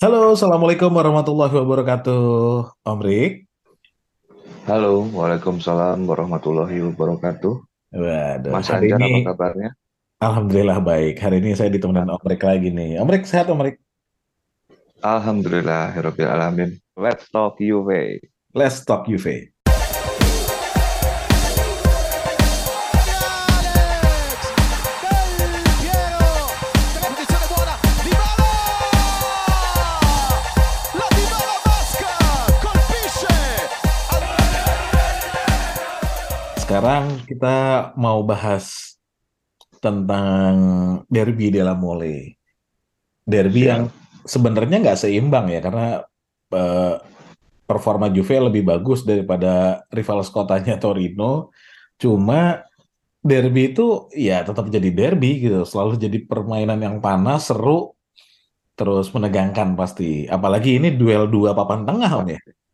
Halo, Assalamualaikum warahmatullahi wabarakatuh. Om Rik. Halo, Waalaikumsalam warahmatullahi wabarakatuh. Waduh, Mas hari Anjar, ini apa kabarnya? Alhamdulillah baik. Hari ini saya ditemenin Om Rik lagi nih. Om Rik sehat Om Rik? Alhamdulillah, alamin. Let's talk UV. Let's talk UV. Del Piero, prende posizione buona, Dybala! La Dybala vasca, colpisce! Sekarang kita mau bahas tentang Derby della Mole. Derby yang Siap. sebenarnya nggak seimbang ya, karena eh, performa Juve lebih bagus daripada rival kotanya Torino. Cuma derby itu ya tetap jadi derby gitu, selalu jadi permainan yang panas, seru, terus menegangkan pasti. Apalagi ini duel dua papan tengah Om ya. Pasti.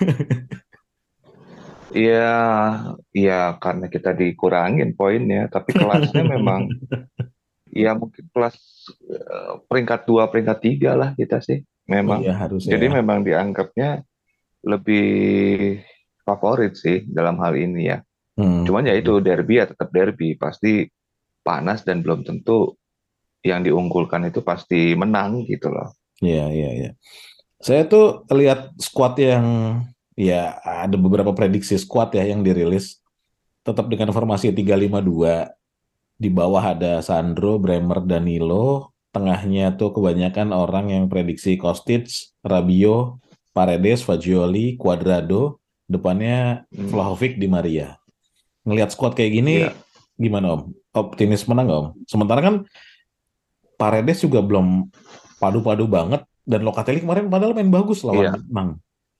Iya, iya karena kita dikurangin poinnya, tapi kelasnya memang, ya mungkin kelas peringkat 2, peringkat 3 lah kita sih. Iya Memang. harusnya Jadi ya. memang dianggapnya lebih favorit sih dalam hal ini ya. Hmm. Cuman ya itu derby ya tetap derby, pasti panas dan belum tentu yang diunggulkan itu pasti menang gitu loh. Iya, iya, iya. Saya tuh lihat squad yang ya ada beberapa prediksi squad ya yang dirilis tetap dengan formasi 3-5-2. Di bawah ada Sandro, Bremer, Danilo. Tengahnya tuh kebanyakan orang yang prediksi Kostic, Rabiot, Paredes, Fagioli, Cuadrado. Depannya Hmm, Vlahovic, Di Maria. Ngelihat squad kayak gini, ya, gimana Om? Optimis menang nggak Om? Sementara kan Paredes juga belum padu-padu banget. Dan Locatelli kemarin padahal main bagus lawan iya. Jepang.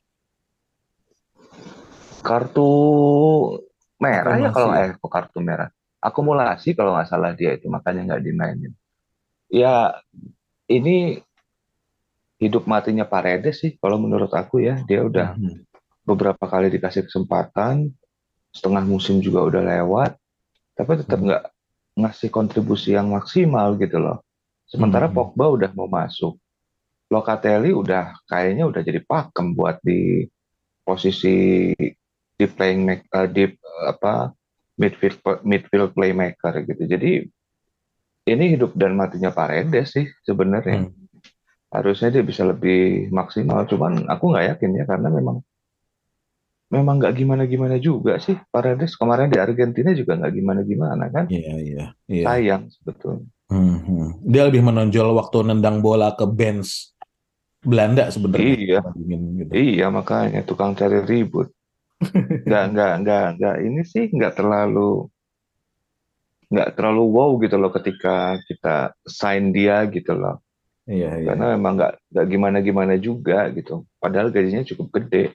Kartu merah ya kalau Aklamasi ya? kok kartu merah. Akumulasi kalau nggak salah dia itu makanya nggak dimainin. Ya ini hidup matinya Paredes sih kalau menurut aku ya. Dia udah Mhm. beberapa kali dikasih kesempatan, setengah musim juga udah lewat, tapi tetap Mhm. nggak ngasih kontribusi yang maksimal gitu loh. Sementara Mhm. Pogba udah mau masuk. Locatelli udah kayaknya udah jadi pakem buat di posisi di playing di apa midfield playmaker gitu. Jadi ini hidup dan matinya Paredes sih sebenarnya. Mhm. Harusnya dia bisa lebih maksimal. Cuman aku nggak yakin ya karena memang memang nggak gimana-gimana juga sih Paredes kemarin di Argentina juga nggak gimana-gimana kan. Iya, iya, iya. Sayang sebetulnya. Mhm. Dia lebih menonjol waktu nendang bola ke bench Belanda sebenarnya. Iya, Dibandingin gitu. iya makanya tukang cari ribut. Nggak. Ini sih nggak terlalu wow gitu loh ketika kita sign dia gitu loh. Iya, iya. Karena memang nggak gimana-gimana juga gitu. Padahal gajinya cukup gede.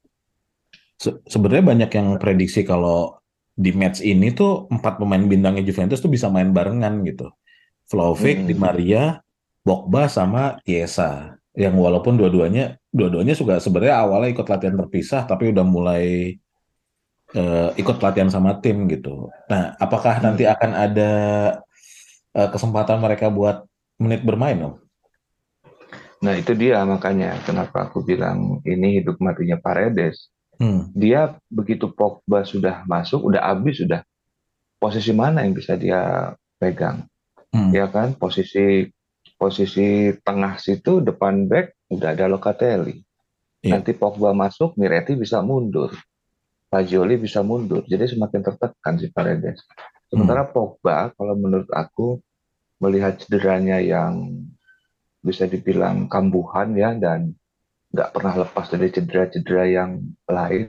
Sebenarnya banyak yang prediksi kalau di match ini tuh empat pemain bintangnya Juventus tuh bisa main barengan gitu. Vlahovic, Di Hmm. Maria, Pogba sama Chiesa. Yang walaupun dua-duanya juga sebenarnya awalnya ikut latihan terpisah tapi udah mulai ikut latihan sama tim gitu. Nah, apakah nanti Hmm. akan ada kesempatan mereka buat menit bermain, Om? Nah itu dia makanya kenapa aku bilang ini hidup matinya Paredes. Hmm. Dia begitu Pogba sudah masuk, udah habis sudah. Posisi mana yang bisa dia pegang? Hmm. Ya kan, posisi posisi tengah situ depan back udah ada Locatelli. Iya. Nanti Pogba masuk, Miretti bisa mundur, Fagioli bisa mundur. Jadi semakin tertekan si Paredes. Hmm. Sementara Pogba, kalau menurut aku melihat cederanya yang bisa dibilang kambuhan ya dan nggak pernah lepas dari cedera-cedera yang lain,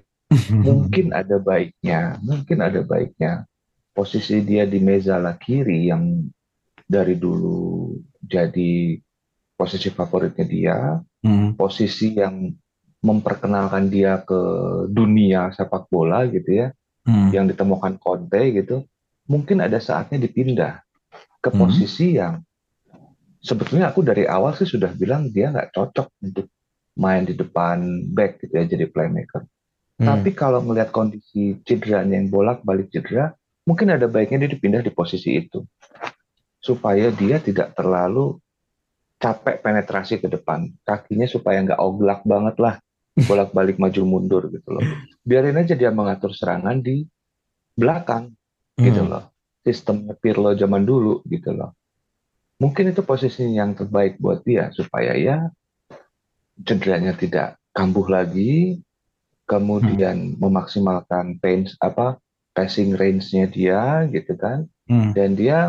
mungkin ada baiknya posisi dia di mezala kiri yang dari dulu jadi posisi favoritnya dia, Hmm. posisi yang memperkenalkan dia ke dunia sepak bola gitu ya, Hmm. yang ditemukan Conte gitu, mungkin ada saatnya dipindah ke Hmm. posisi yang sebetulnya aku dari awal sih sudah bilang dia nggak cocok untuk main di depan back gitu ya jadi playmaker. Hmm. Tapi kalau melihat kondisi cederanya yang bolak-balik cedera, mungkin ada baiknya dia dipindah di posisi itu supaya dia tidak terlalu capek penetrasi ke depan. Kakinya supaya nggak oglak banget lah, bolak-balik maju mundur gitu loh. Biarin aja dia mengatur serangan di belakang gitu Hmm. loh. Sistemnya Pirlo zaman dulu gitu loh. Mungkin itu posisi yang terbaik buat dia supaya ya cederanya tidak kambuh lagi, Hmm. kemudian memaksimalkan passing range-nya dia gitu kan. Hmm. Dan dia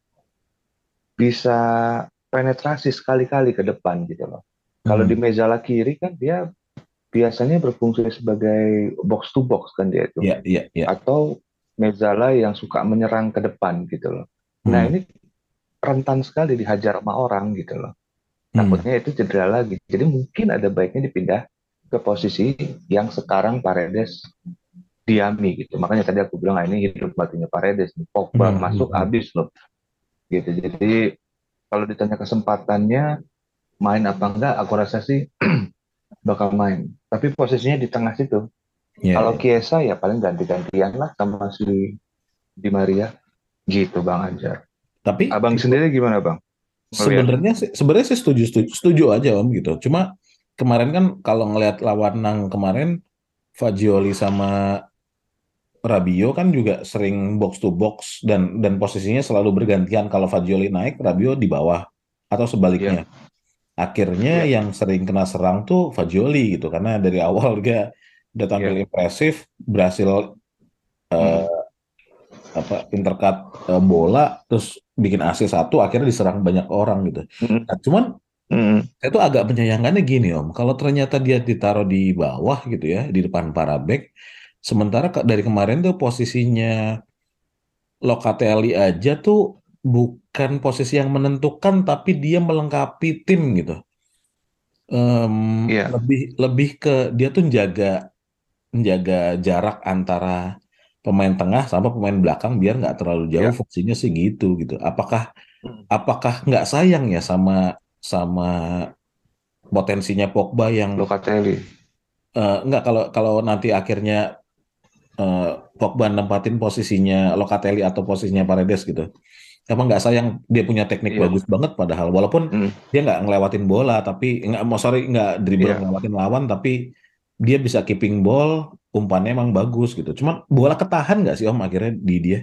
bisa penetrasi sekali-kali ke depan gitu loh. Kalau di Hmm. Mezala kiri kan dia biasanya berfungsi sebagai box to box kan dia itu, Ya, ya, ya. atau Mezala yang suka menyerang ke depan gitu loh. Nah Hmm. ini rentan sekali dihajar sama orang gitu loh. Hmm. Takutnya itu cedera lagi. Jadi mungkin ada baiknya dipindah ke posisi yang sekarang Paredes diami gitu. Makanya tadi aku bilang ini hidup matinya Paredes. Pogba Hmm. masuk Hmm. habis loh gitu. Jadi kalau ditanya kesempatannya main apa enggak, aku rasa sih bakal main. Tapi posisinya di tengah situ. Ya, Kalau ya. Kiesa ya paling ganti-gantian lah sama si Di Maria. Gitu Bang Anjar. Tapi Abang sendiri gimana Bang? Ngelihat? sebenarnya sih setuju, setuju setuju aja Om gitu. Cuma kemarin kan kalau ngelihat lawan Nang kemarin Fagioli sama Rabiot kan juga sering box to box dan posisinya selalu bergantian. Kalau Fagioli naik, Rabiot di bawah atau sebaliknya. Ya, Akhirnya ya, yang sering kena serang tuh Fagioli gitu karena dari awal dia udah tampil ya. impresif, berhasil eh, Hmm, intercut bola terus bikin assist satu akhirnya diserang banyak orang gitu. hmm, Nah, cuman hmm. saya tuh agak menyayangkannya gini Om, kalau ternyata dia ditaruh di bawah gitu ya, di depan para back, sementara dari kemarin tuh posisinya Locatelli aja tuh bukan posisi yang menentukan, tapi dia melengkapi tim gitu. Em, Iya, lebih lebih ke dia tuh menjaga jarak antara pemain tengah sama pemain belakang biar nggak terlalu jauh, ya. fungsinya sih gitu gitu. Apakah Hmm. apakah nggak sayang ya sama sama potensinya Pogba yang Locatelli. nggak kalau kalau nanti akhirnya eh, Pogba nempatin posisinya Locatelli atau posisinya Paredes gitu. Apa nggak sayang dia punya teknik Iya. bagus banget padahal walaupun Hmm, dia nggak ngelewatin bola tapi nggak mau sorry nggak dribble iya. ngelewatin lawan tapi dia bisa keeping ball umpannya emang bagus gitu. Cuma bola ketahan nggak sih Om akhirnya di dia?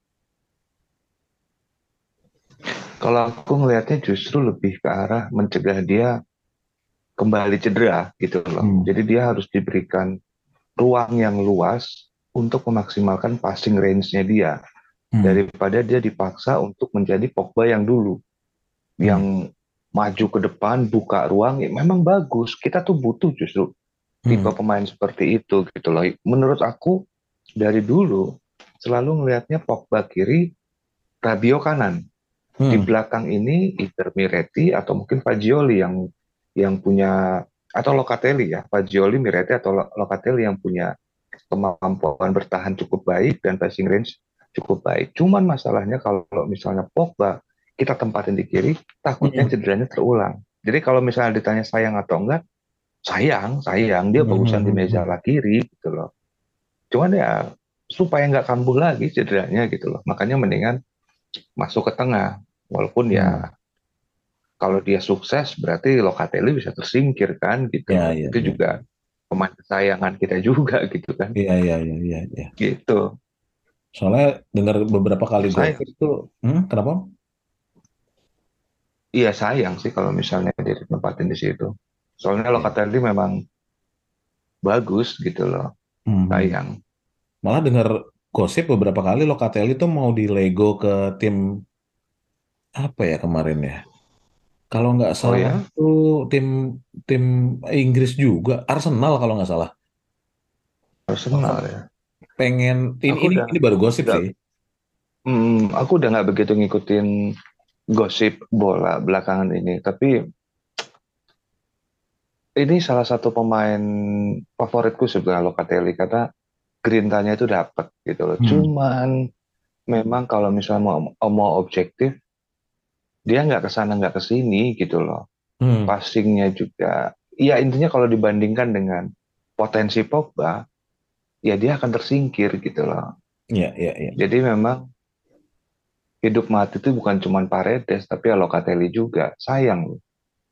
Kalau aku ngelihatnya justru lebih ke arah mencegah dia kembali cedera gitu loh. Hmm. Jadi dia harus diberikan ruang yang luas untuk memaksimalkan passing range-nya dia Hmm. daripada dia dipaksa untuk menjadi Pogba yang dulu, Hmm. yang maju ke depan buka ruang. Ya, memang bagus. Kita tuh butuh justru tipe Hmm. pemain seperti itu gitu loh. Menurut aku dari dulu selalu ngelihatnya Pogba kiri, Rabiot kanan. Di Hmm. belakang ini either Miretti atau mungkin Fagioli yang punya, atau Locatelli ya, Fagioli, Miretti atau Locatelli yang punya kemampuan bertahan cukup baik dan passing range cukup baik. Cuman masalahnya kalau misalnya Pogba kita tempatin di kiri, takutnya Hmm. cederanya terulang. Jadi kalau misalnya ditanya sayang atau enggak, sayang, sayang dia Hmm. bagusan di Hmm. meja Hmm. kiri gitu loh. Cuman ya supaya nggak kambuh lagi cederanya gitu loh. Makanya mendingan masuk ke tengah. Walaupun Hmm. ya kalau dia sukses berarti Locatelli bisa tersingkir kan gitu Ya, loh. ya, Itu ya, juga ya. pemain kesayangan kita juga gitu kan. Iya, iya, iya, iya, iya. Gitu. Soalnya dengar beberapa kali Sayang. gosip tuh, kenapa? Iya sayang sih kalau misalnya dia ditempatin di situ. Soalnya Iya. Locatelli memang bagus gitu loh. Hmm. Sayang. Malah dengar gosip beberapa kali Locatelli tuh mau di Lego ke tim apa ya kemarin ya? Kalau nggak Oh salah ya, tuh tim tim Inggris juga, Arsenal kalau nggak salah. Arsenal ya. Pengen ini Aku ini udah ini baru gosip nggak, sih. aku udah nggak begitu ngikutin gosip bola belakangan ini. Tapi ini salah satu pemain favoritku sebenarnya Locatelli karena grintanya itu dapat gitu loh. Hmm. Cuman memang kalau misalnya mau objektif, dia nggak ke sana nggak ke sini gitu loh. Hmm. Passingnya juga. Ya intinya kalau dibandingkan dengan potensi Pogba, ya dia akan tersingkir gitu loh. Iya, iya, iya. Jadi memang hidup mati itu bukan cuma Paredes, tapi ya Locatelli juga. Sayang loh.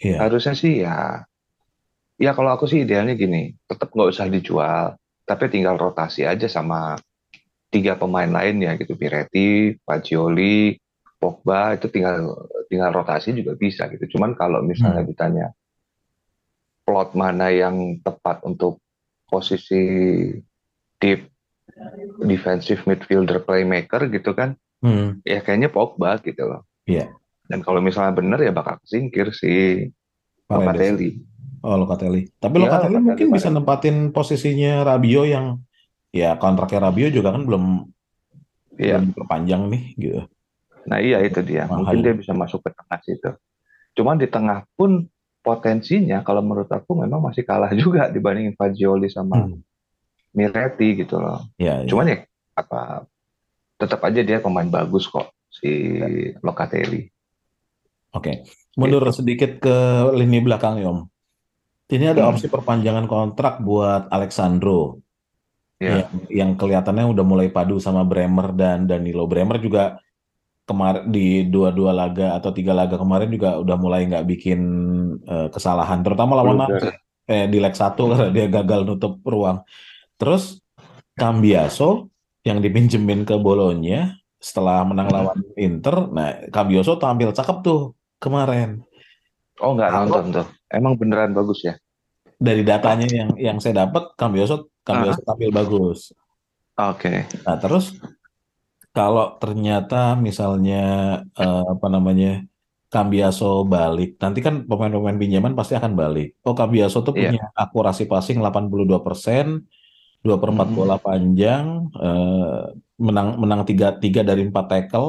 Iya. Harusnya sih ya, ya kalau aku sih idealnya gini, tetap nggak usah dijual, tapi tinggal rotasi aja sama tiga pemain lain ya gitu, Piretti, Fagioli, Pogba itu tinggal tinggal rotasi juga bisa gitu. Cuman kalau misalnya Hmm. ditanya plot mana yang tepat untuk posisi deep defensive midfielder playmaker gitu kan, Hmm. ya kayaknya Pogba gitu loh. Iya. Dan kalau misalnya bener ya bakal kesingkir si Paredes. Locatelli. Oh, Locatelli. Tapi Ya Locatelli Locatelli mungkin bisa Paredes. nempatin posisinya Rabiot yang ya kontraknya Rabiot juga kan belum belum Iya. diperpanjang nih gitu. Nah iya itu dia. Mungkin dia Mahal. bisa masuk ke tengah situ. Cuman di tengah pun potensinya kalau menurut aku memang masih kalah juga dibandingin Fagioli sama Hmm. Miretti gitu loh. Ya, Cuman ya. ya apa tetap aja dia pemain bagus kok si Locatelli Oke. Mundur gitu. sedikit ke lini belakang nih, Om. Ini ada opsi Hmm, perpanjangan kontrak buat Alexandro yang ya. kelihatannya udah mulai padu sama Bremer dan Danilo. Bremer juga kemarin di dua-dua laga atau tiga laga kemarin juga udah mulai nggak bikin kesalahan, terutama lawan Nantes. Blunder. Di leg satu karena dia gagal nutup ruang. Terus Cambiaso yang dipinjemin ke Bolonya setelah menang lawan Inter. Nah, Cambiaso tampil cakep tuh kemarin. Oh nggak nonton Kalau tuh. Emang beneran bagus ya? dari datanya yang saya dapat, Cambiaso Ah, Cambiaso tampil bagus. oke. Nah, terus kalau ternyata misalnya apa namanya Cambiaso balik, nanti kan pemain-pemain pinjaman pasti akan balik. Oh, Cambiaso tuh Iya. punya akurasi passing 82%, 2/4 bola Mm-mm. panjang, menang menang 3 dari 4 tackle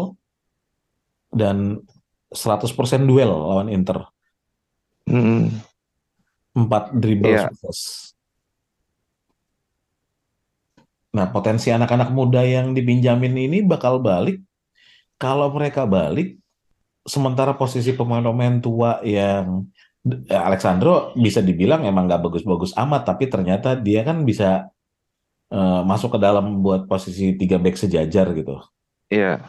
dan 100% duel lawan Inter, Mm-mm. 4 dribble Iya. sukses. Nah, potensi anak-anak muda yang dipinjamin ini bakal balik. Kalau mereka balik, sementara posisi pemain-pemain tua yang Alexandro bisa dibilang emang nggak bagus-bagus amat, tapi ternyata dia kan bisa masuk ke dalam buat posisi tiga back sejajar gitu. Iya.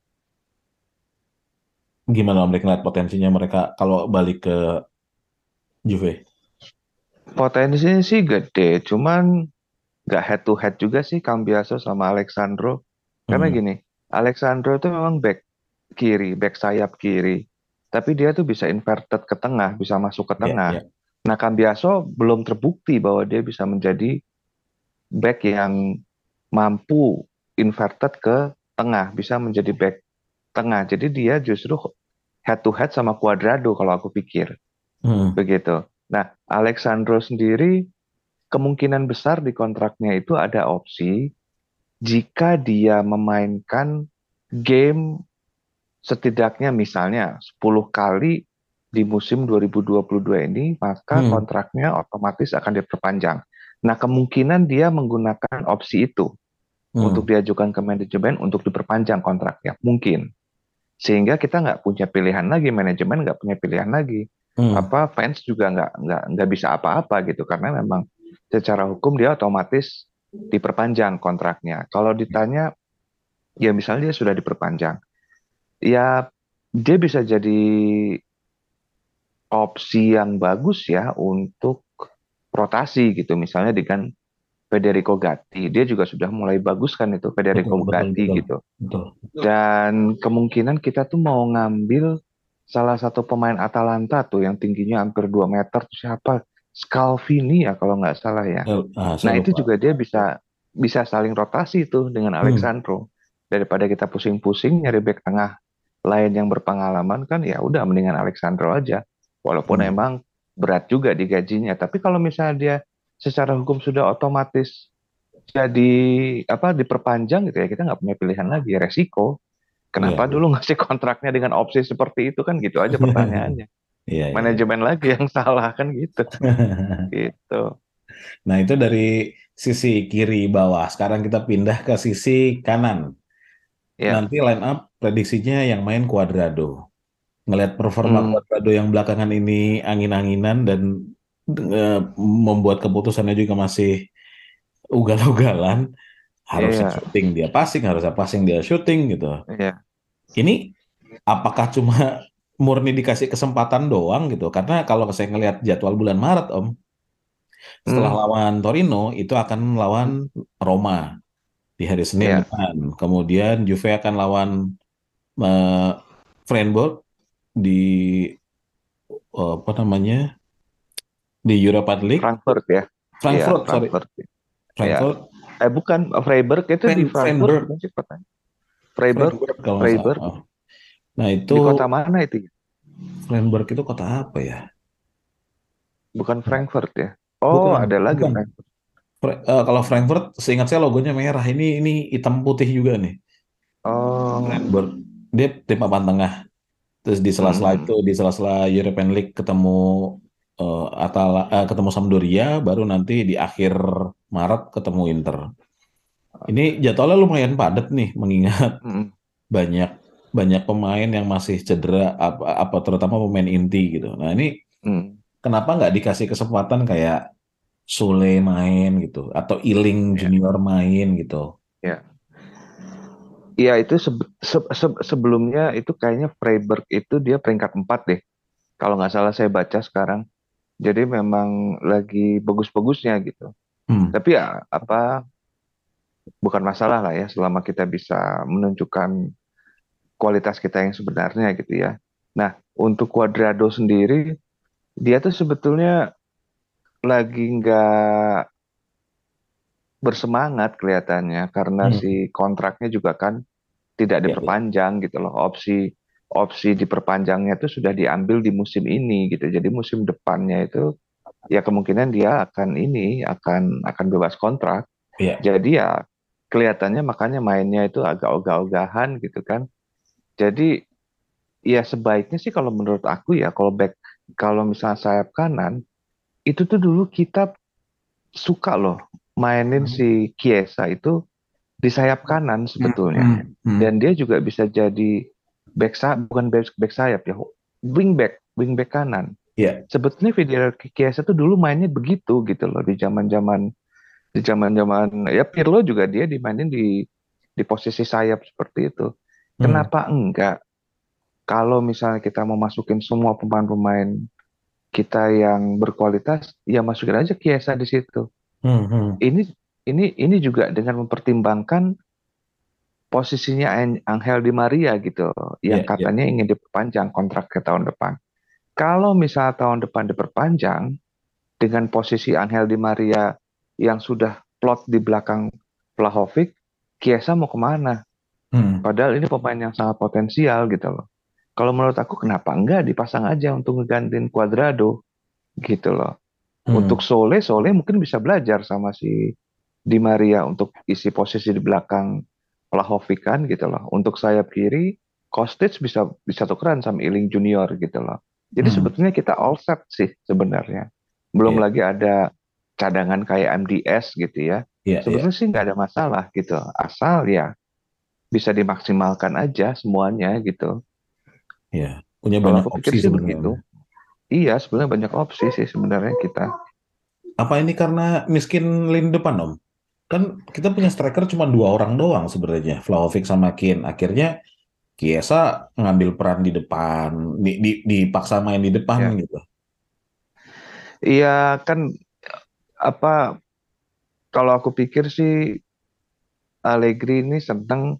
Gimana mereka lihat potensinya mereka kalau balik ke Juve? Potensinya sih gede. Cuman nggak head to head juga sih Cambiaso sama Alexandro. Karena Hmm. gini, Alexandro tuh memang back kiri, back sayap kiri. Tapi dia tuh bisa inverted ke tengah, bisa masuk ke Ya, tengah. ya. Nah, Cambiaso belum terbukti bahwa dia bisa menjadi back yang mampu inverted ke tengah, bisa menjadi back tengah. Jadi dia justru head to head sama Cuadrado kalau aku pikir. Hmm. Begitu. Nah, Alexandro sendiri kemungkinan besar di kontraknya itu ada opsi jika dia memainkan game setidaknya misalnya 10 kali di musim 2022 ini, maka Hmm. kontraknya otomatis akan diperpanjang. Nah, kemungkinan dia menggunakan opsi itu untuk Hmm. diajukan ke manajemen untuk diperpanjang kontraknya. Mungkin. Sehingga kita nggak punya pilihan lagi, manajemen nggak punya pilihan lagi. Hmm. Apa fans juga nggak bisa apa-apa gitu karena memang secara hukum dia otomatis diperpanjang kontraknya. Kalau ditanya ya misalnya dia sudah diperpanjang, ya dia bisa jadi opsi yang bagus ya untuk rotasi gitu. Misalnya dengan Federico Gatti, dia juga sudah mulai bagus kan itu Betul, Federico betul, Gatti betul, gitu. betul. Dan kemungkinan kita tuh mau ngambil salah satu pemain Atalanta tuh yang tingginya hampir 2 meter tuh siapa? Scalvini ya kalau nggak salah ya. Saya Nah itu lupa. juga dia bisa bisa saling rotasi tuh dengan Hmm. Alexandro. Daripada kita pusing-pusing nyari bek tengah lain yang berpengalaman kan ya udah mendingan Alexandro aja. Walaupun Hmm. emang berat juga di gajinya. Tapi kalau misalnya dia secara hukum sudah otomatis jadi apa diperpanjang gitu ya kita nggak punya pilihan lagi resiko. Iya, Kenapa iya. dulu ngasih kontraknya dengan opsi seperti itu kan gitu aja pertanyaannya. Iya, iya, iya. Manajemen lagi yang salah kan gitu. Gitu. Nah, itu dari sisi kiri bawah. Sekarang kita pindah ke sisi kanan. Ya. Nanti line up prediksinya yang main Cuadrado. Ngelihat performa Hmm, Cuadrado yang belakangan ini angin-anginan dan eh, membuat keputusannya juga masih ugal-ugalan. Harusnya iya, syuting dia passing, harusnya passing dia syuting gitu. iya. Ini apakah cuma murni dikasih kesempatan doang gitu. Karena kalau saya ngelihat jadwal bulan Maret, Om, setelah Hmm, lawan Torino itu akan lawan Roma di hari Senin ya, depan. Kemudian Juve akan lawan eh, Freiburg di apa namanya, di Europa League. Frankfurt ya. Iya, Frankfurt, sorry, Frankfurt. Ya. Frankfurt, Bukan, Freiburg itu di Frankfurt Freiburg, bukan sih kotanya? Freiburg, Freiburg kalau nggak salah. Freiburg Oh. Nah itu di kota mana itu? Freiburg itu kota apa ya? Bukan Frankfurt ya? Oh, Bukan, ada lagi bukan. Frankfurt. Kalau Frankfurt, seingat saya logonya merah. Ini hitam putih juga nih. Oh, Freiburg, dia tim papan tengah. Terus di sela-sela itu, hmm, di sela-sela European League ketemu ketemu Sampdoria, baru nanti di akhir Maret ketemu Inter. Ini jadwalnya lumayan padat nih, mengingat hmm, banyak banyak pemain yang masih cedera, apa terutama pemain inti gitu. Nah ini hmm. kenapa nggak dikasih kesempatan kayak Sule main gitu, atau Iling Ya, Junior main gitu? ya. Iya itu sebelumnya itu kayaknya Freiburg itu dia peringkat 4 deh. Kalau nggak salah saya baca sekarang. Jadi memang lagi bagus-bagusnya gitu. Hmm, Tapi ya apa bukan masalah lah ya selama kita bisa menunjukkan kualitas kita yang sebenarnya gitu ya. Nah, untuk Cuadrado sendiri dia tuh sebetulnya lagi nggak bersemangat kelihatannya karena hmm, si kontraknya juga kan tidak ya, ya. diperpanjang gitu loh. Opsi opsi diperpanjangnya itu sudah diambil di musim ini gitu. Jadi musim depannya itu ya kemungkinan dia akan ini akan bebas kontrak. Iya. Jadi ya kelihatannya makanya mainnya itu agak ogah-ogahan gitu kan. Jadi ya sebaiknya sih kalau menurut aku ya kalau misalnya sayap kanan itu tuh dulu kita suka loh mainin Hmm, si Chiesa itu di sayap kanan hmm, sebetulnya. hmm, hmm. Dan dia juga bisa jadi bukan back sayap ya, wing back kanan. Iya. Sebetulnya Fidel Chiesa tuh dulu mainnya begitu gitu loh di zaman-zaman ya Pirlo juga dia dimainin di posisi sayap seperti itu. Hmm, Kenapa enggak? Kalau misalnya kita mau masukin semua pemain-pemain kita yang berkualitas, ya masukin aja Chiesa di situ. hmm, hmm. Ini ini juga dengan mempertimbangkan posisinya Angel Di Maria gitu, yang Iya, iya. katanya ingin diperpanjang kontrak ke tahun depan. Kalau misalnya tahun depan diperpanjang dengan posisi Angel Di Maria yang sudah plot di belakang Vlahovic, Chiesa mau kemana? Hmm, Padahal ini pemain yang sangat potensial gitu loh. Kalau menurut aku kenapa enggak dipasang aja untuk ngegantiin Cuadrado gitu loh. hmm. Untuk Sole mungkin bisa belajar sama si Di Maria untuk isi posisi di belakang Vlahovic kan gitu loh. Untuk sayap kiri, Kostic bisa bisa tukeran sama Iling Junior gitu loh. Jadi Hmm. sebetulnya kita all set sih sebenarnya. Belum Iya, lagi ada cadangan kayak MDS gitu ya. iya, iya, Sebetulnya sih nggak ada masalah gitu. Asal ya bisa dimaksimalkan aja semuanya gitu. iya. Punya Kalau banyak aku pikir opsi sih begitu. sebenarnya. Iya, sebenarnya banyak opsi sih sebenarnya kita. Apa ini karena miskin lini depan, Om? Kan kita punya striker cuma dua orang doang sebenarnya, Vlahovic sama Kane. Akhirnya Chiesa ngambil peran di depan, dipaksa main di depan Ya. gitu. Iya kan apa kalau aku pikir sih Allegri ini senang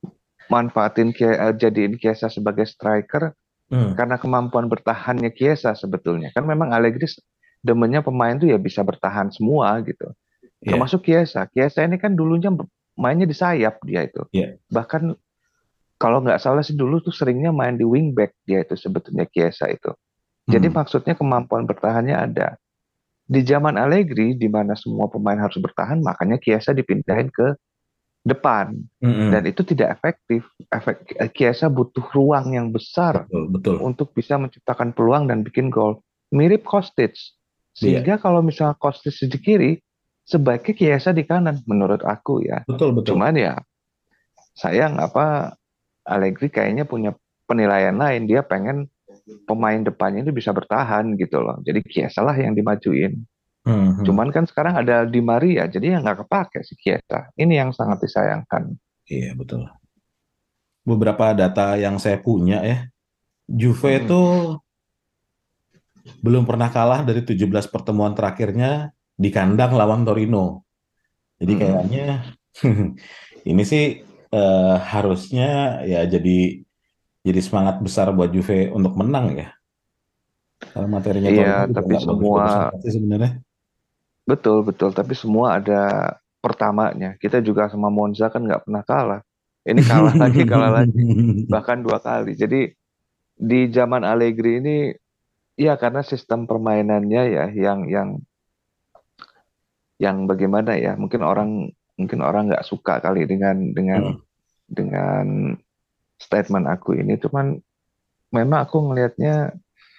jadiin Chiesa sebagai striker Hmm, karena kemampuan bertahannya Chiesa sebetulnya. Kan memang Allegri demennya pemain tuh ya bisa bertahan semua gitu. iya, Termasuk Chiesa. Chiesa ini kan dulunya mainnya di sayap dia itu. iya. Bahkan kalau nggak salah sih dulu tuh seringnya main di wingback dia itu sebetulnya Chiesa itu. Jadi Hmm, maksudnya kemampuan bertahannya ada. Di zaman Allegri, di mana semua pemain harus bertahan, makanya Chiesa dipindahin ke depan. hmm, Dan hmm. itu tidak efektif. Chiesa butuh ruang yang besar Betul, betul. untuk bisa menciptakan peluang dan bikin gol. Mirip Kostic. Iya, Sehingga kalau misalnya Kostic di kiri, sebaiknya Chiesa di kanan, menurut aku ya. betul, betul. Cuman ya, sayang apa Allegri kayaknya punya penilaian lain. Dia pengen pemain depannya itu bisa bertahan gitu loh. Jadi Chiesa lah yang dimajuin. Hmm, hmm. Cuman kan sekarang ada Di Maria, jadi ya nggak kepake si Chiesa. Ini yang sangat disayangkan. Iya, betul. Beberapa data yang saya punya ya, Juve Mm-mm. itu belum pernah kalah dari 17 pertemuan terakhirnya di kandang lawan Torino. Jadi Mm-mm. kayaknya ini sih harusnya ya jadi semangat besar buat Juve untuk menang ya. Karena materinya Iya, Torino juga tapi nggak semua bagus-bagus amat sih sebenarnya. betul betul, tapi semua ada pertamanya. Kita juga sama Monza kan nggak pernah kalah. Ini kalah lagi, bahkan 2 kali. Jadi di zaman Allegri ini, ya karena sistem permainannya ya yang bagaimana ya, mungkin orang nggak suka kali Hmm. dengan statement aku ini, cuman memang aku ngelihatnya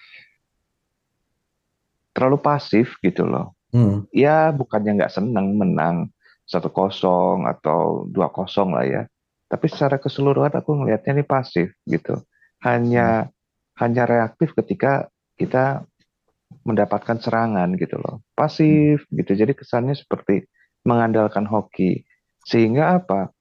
terlalu pasif gitu loh. Hmm. Ya bukannya nggak seneng menang 1-0 atau 2-0 lah ya, tapi secara keseluruhan aku ngelihatnya ini pasif gitu. Hanya hanya reaktif ketika kita mendapatkan serangan gitu loh, pasif gitu. Jadi kesannya seperti mengandalkan hoki, sehingga apa,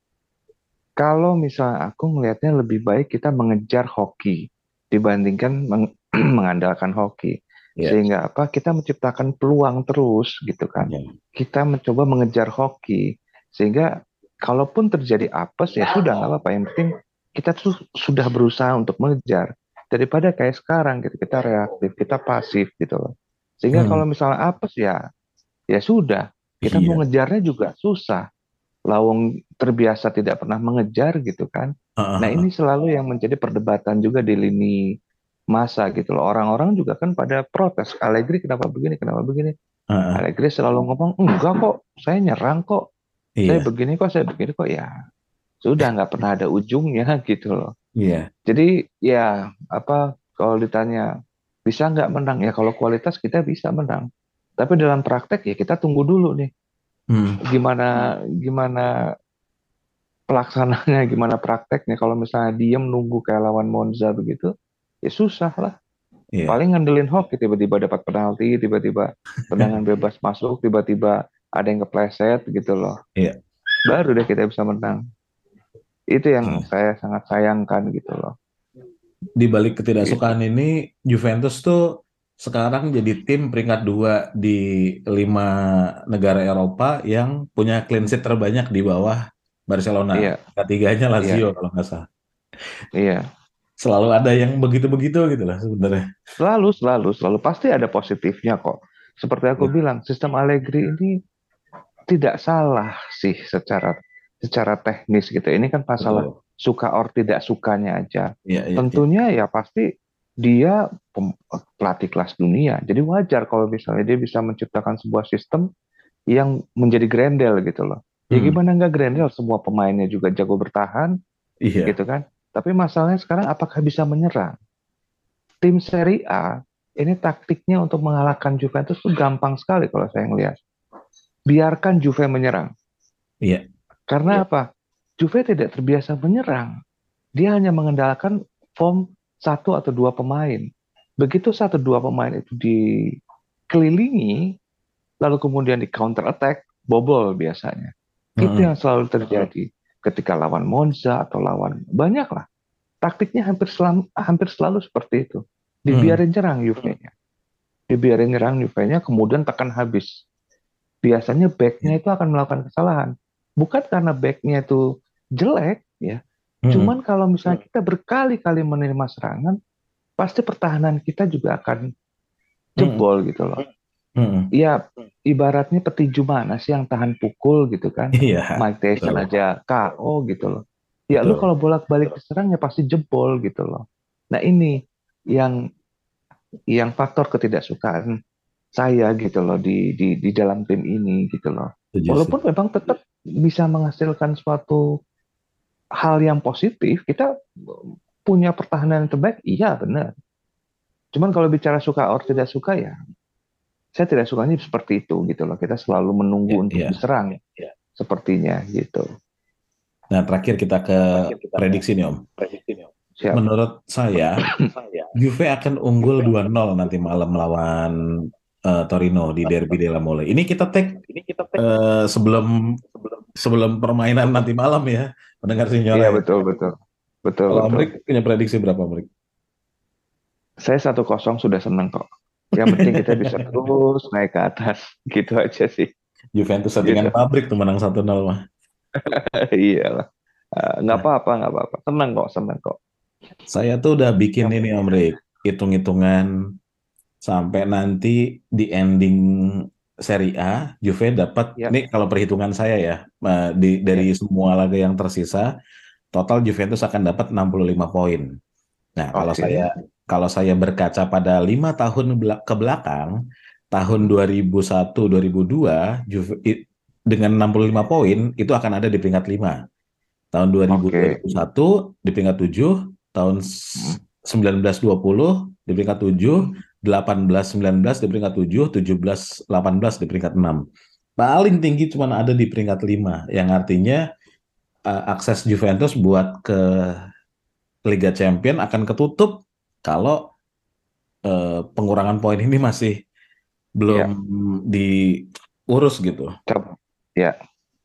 kalau misalnya aku melihatnya lebih baik kita mengejar hoki dibandingkan mengandalkan hoki. Ya. Sehingga apa? Kita menciptakan peluang terus gitu kan. Ya. Kita mencoba mengejar hoki. Sehingga kalaupun terjadi apes ya sudah nggak apa-apa. Yang penting kita tuh sudah berusaha untuk mengejar. Daripada kayak sekarang gitu, kita reaktif, kita pasif gitu loh. Sehingga kalau Hmm. misalnya apes ya ya sudah. Kita mau Iya. ngejarnya juga susah. Lawang terbiasa tidak pernah mengejar gitu kan. Ah, Nah, ah, ini ah. selalu yang menjadi perdebatan juga di lini masa gitu loh. Orang-orang juga kan pada protes. Allegri kenapa begini, kenapa begini. Ah, ah. Allegri selalu ngomong, enggak kok, saya nyerang kok. Saya Iya. begini kok, saya begini kok. Ya, sudah nggak pernah ada ujungnya gitu loh. Iya. Jadi ya, apa, kalau ditanya, bisa nggak menang? Ya kalau kualitas kita bisa menang. Tapi dalam praktek ya kita tunggu dulu nih. Hmm. Gimana gimana pelaksananya, gimana prakteknya. Kalau misalnya diem nunggu kayak lawan Monza begitu, ya susah lah. Iya. Paling ngandelin hoki, tiba-tiba dapat penalti, tiba-tiba tendangan bebas masuk, tiba-tiba ada yang kepleset gitu loh. Iya. Baru deh kita bisa menang. Itu yang Hmm. saya sangat sayangkan gitu loh. Di balik Gitu. ketidaksukaan ini, Juventus tuh sekarang jadi tim peringkat 2 di 5 negara Eropa yang punya clean sheet terbanyak di bawah Barcelona. Iya, Ketiganya iya, Lazio kalau nggak salah. iya. Selalu ada yang begitu-begitu gitu lah sebenarnya. Selalu pasti ada positifnya kok. Seperti aku Iya. bilang, sistem Allegri ini tidak salah sih secara secara teknis gitu. Ini kan masalah Betul. suka or tidak sukanya aja. Iya, iya, iya. Tentunya ya pasti dia pelatih kelas dunia. Jadi wajar kalau misalnya dia bisa menciptakan sebuah sistem yang menjadi grendel gitu loh. Ya Hmm. gimana nggak grendel, semua pemainnya juga jago bertahan Iya. gitu kan. Tapi masalahnya sekarang apakah bisa menyerang? Tim Serie A ini taktiknya untuk mengalahkan Juventus tuh gampang sekali kalau saya ngelihat. Biarkan Juve menyerang. Iya. Karena apa? Juve tidak terbiasa menyerang. Dia hanya mengandalkan form satu atau dua pemain. Begitu satu dua pemain itu dikelilingi, lalu kemudian di counter attack, bobol biasanya. Itu Hmm. yang selalu terjadi ketika lawan Monza atau lawan banyak lah. Taktiknya hampir selalu seperti itu. Hmm. Dibiarin nyerang Juve-nya. Dibiarin nyerang Juve-nya, kemudian tekan habis. Biasanya Iya. backnya itu akan melakukan kesalahan. Bukan karena backnya itu jelek, ya. Hmm. Cuman kalau misalnya kita berkali-kali menerima serangan, pasti pertahanan kita juga akan Hmm. jebol gitu loh. Hmm. Ya, ibaratnya petinju mana sih yang tahan pukul gitu kan? Iya. Mike Tyson Betul. aja KO gitu loh. Ya lu Betul. kalau bolak-balik diserang ya pasti jebol gitu loh. Nah ini yang yang faktor ketidaksukaan saya gitu loh di dalam tim ini gitu loh. Setuju, Walaupun setuju. memang tetap bisa menghasilkan suatu hal yang positif, kita punya pertahanan yang terbaik, iya benar. Cuman kalau bicara suka or tidak suka ya, saya tidak sukanya seperti itu gitu loh. Kita selalu menunggu Iya, untuk iya. diserang sepertinya gitu. Nah, terakhir kita ke prediksi nih, Om. Siap. Menurut saya, Juve akan unggul 2-0 nanti malam melawan Torino di Derby della Mole. Ini kita take sebelum sebelum permainan nanti malam ya, pendengar Iya Signore. betul betul betul Kalau betul. Amrik punya prediksi berapa, Amrik? Saya 1-0 sudah seneng kok. Yang penting kita bisa terus naik ke atas, gitu aja sih. Juventus Gitu. settingan pabrik tuh menang 1-0 mah. Iyalah. Nggak Nah, apa-apa, nggak apa-apa. Seneng kok, seneng kok. saya tuh udah bikin Yang ini penting, Om Rik, hitung-hitungan sampai nanti di ending Serie A, Juve dapat, ya, ini kalau perhitungan saya ya, dari ya. semua laga yang tersisa, total Juventus akan dapat 65 poin. Nah, Oke, kalau saya berkaca pada 5 tahun ke belakang, tahun 2001, 2002, dengan 65 poin itu akan ada di peringkat 5. Tahun 2000, oke. 2001 di peringkat 7, tahun Hmm. 1920 di peringkat 7, 18, 19 di peringkat 7, 17, 18 di peringkat 6. Paling tinggi cuma ada di peringkat 5, yang artinya akses Juventus buat ke Liga Champion akan ketutup kalau pengurangan poin ini masih belum Ya, diurus gitu. coba. Ya,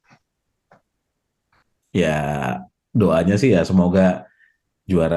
Ya doanya sih ya semoga juara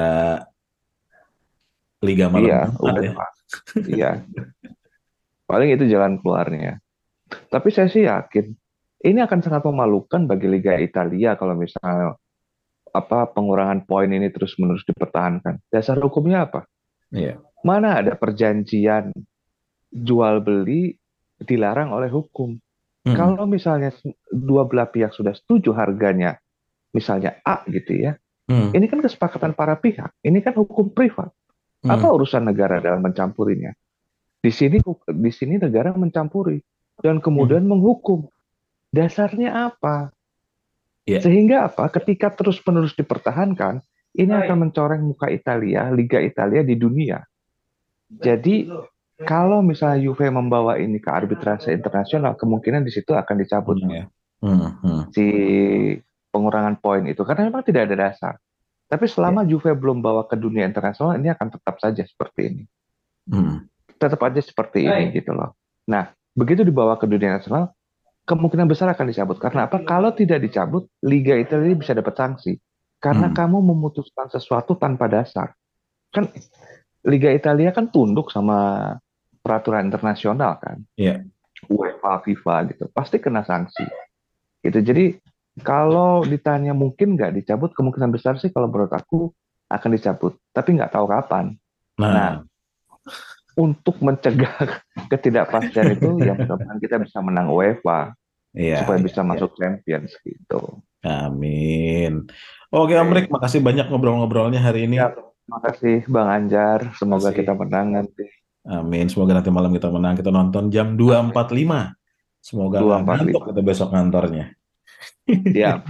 Liga malam iya, Jumat ya. UEFA. Iya, paling itu jalan keluarnya. Tapi saya sih yakin ini akan sangat memalukan bagi Liga Italia kalau misalnya pengurangan poin ini terus-menerus dipertahankan. Dasar hukumnya apa? Iya. Mana ada perjanjian jual beli dilarang oleh hukum? Mm-mm. Kalau misalnya dua belah pihak sudah setuju harganya, misalnya A gitu ya, Mm. ini kan kesepakatan para pihak, ini kan hukum privat. Apa Mm. urusan negara dalam mencampurinya? Di sini negara mencampuri dan Mm. kemudian menghukum. Dasarnya apa? Iya. Sehingga apa? Ketika terus-menerus dipertahankan, ini akan mencoreng muka Italia, Liga Italia di dunia. Jadi kalau misalnya Juve membawa ini ke arbitrase internasional, kemungkinan di situ akan dicabut Mm, ya. Mm, mm. si pengurangan poin itu karena memang tidak ada dasar. Tapi Iya. selama Juve belum bawa ke dunia internasional, ini akan tetap saja seperti ini. Mm. Tetap aja seperti ini gitu loh. Nah, begitu dibawa ke dunia nasional, kemungkinan besar akan dicabut. Karena apa? Kalau tidak dicabut, Liga Italia bisa dapat sanksi. Karena Mm. kamu memutuskan sesuatu tanpa dasar. Kan Liga Italia kan tunduk sama peraturan internasional kan. Iya. UEFA, FIFA gitu. Pasti kena sanksi. Gitu. Jadi kalau ditanya mungkin nggak dicabut, kemungkinan besar sih kalau menurut aku akan dicabut. Tapi nggak tahu kapan. Nah, Nah, untuk mencegah ketidakpastian itu, ya mudah-mudahan kita bisa menang UEFA iya, supaya iya, bisa iya. masuk Champions gitu. Amin. Oke, Om Rik, Oke. makasih banyak ngobrol-ngobrolnya hari ini. Ya, terima kasih Bang Anjar. Semoga kita Makasih. menang nanti. Amin. Semoga nanti malam kita menang. Kita nonton jam 2.45. Semoga nggak ngantuk 245. kita besok kantornya. Siap.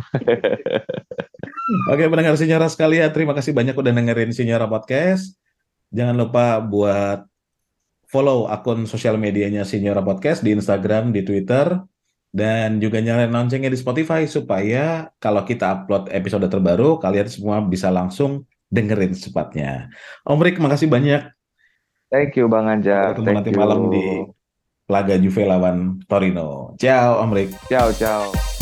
Oke, pendengar Sinyora sekalian, terima kasih banyak udah dengerin Sinyora Podcast. Jangan lupa buat follow akun sosial medianya Sinyora Podcast di Instagram, di Twitter, dan juga nyalain loncengnya di Spotify supaya kalau kita upload episode terbaru, kalian semua bisa langsung dengerin secepatnya. Om Rik, makasih banyak. Thank you Bang Sampai Anjar. ketemu Thank nanti you. malam di laga Juve lawan Torino. Ciao, Om Rik. Ciao, ciao.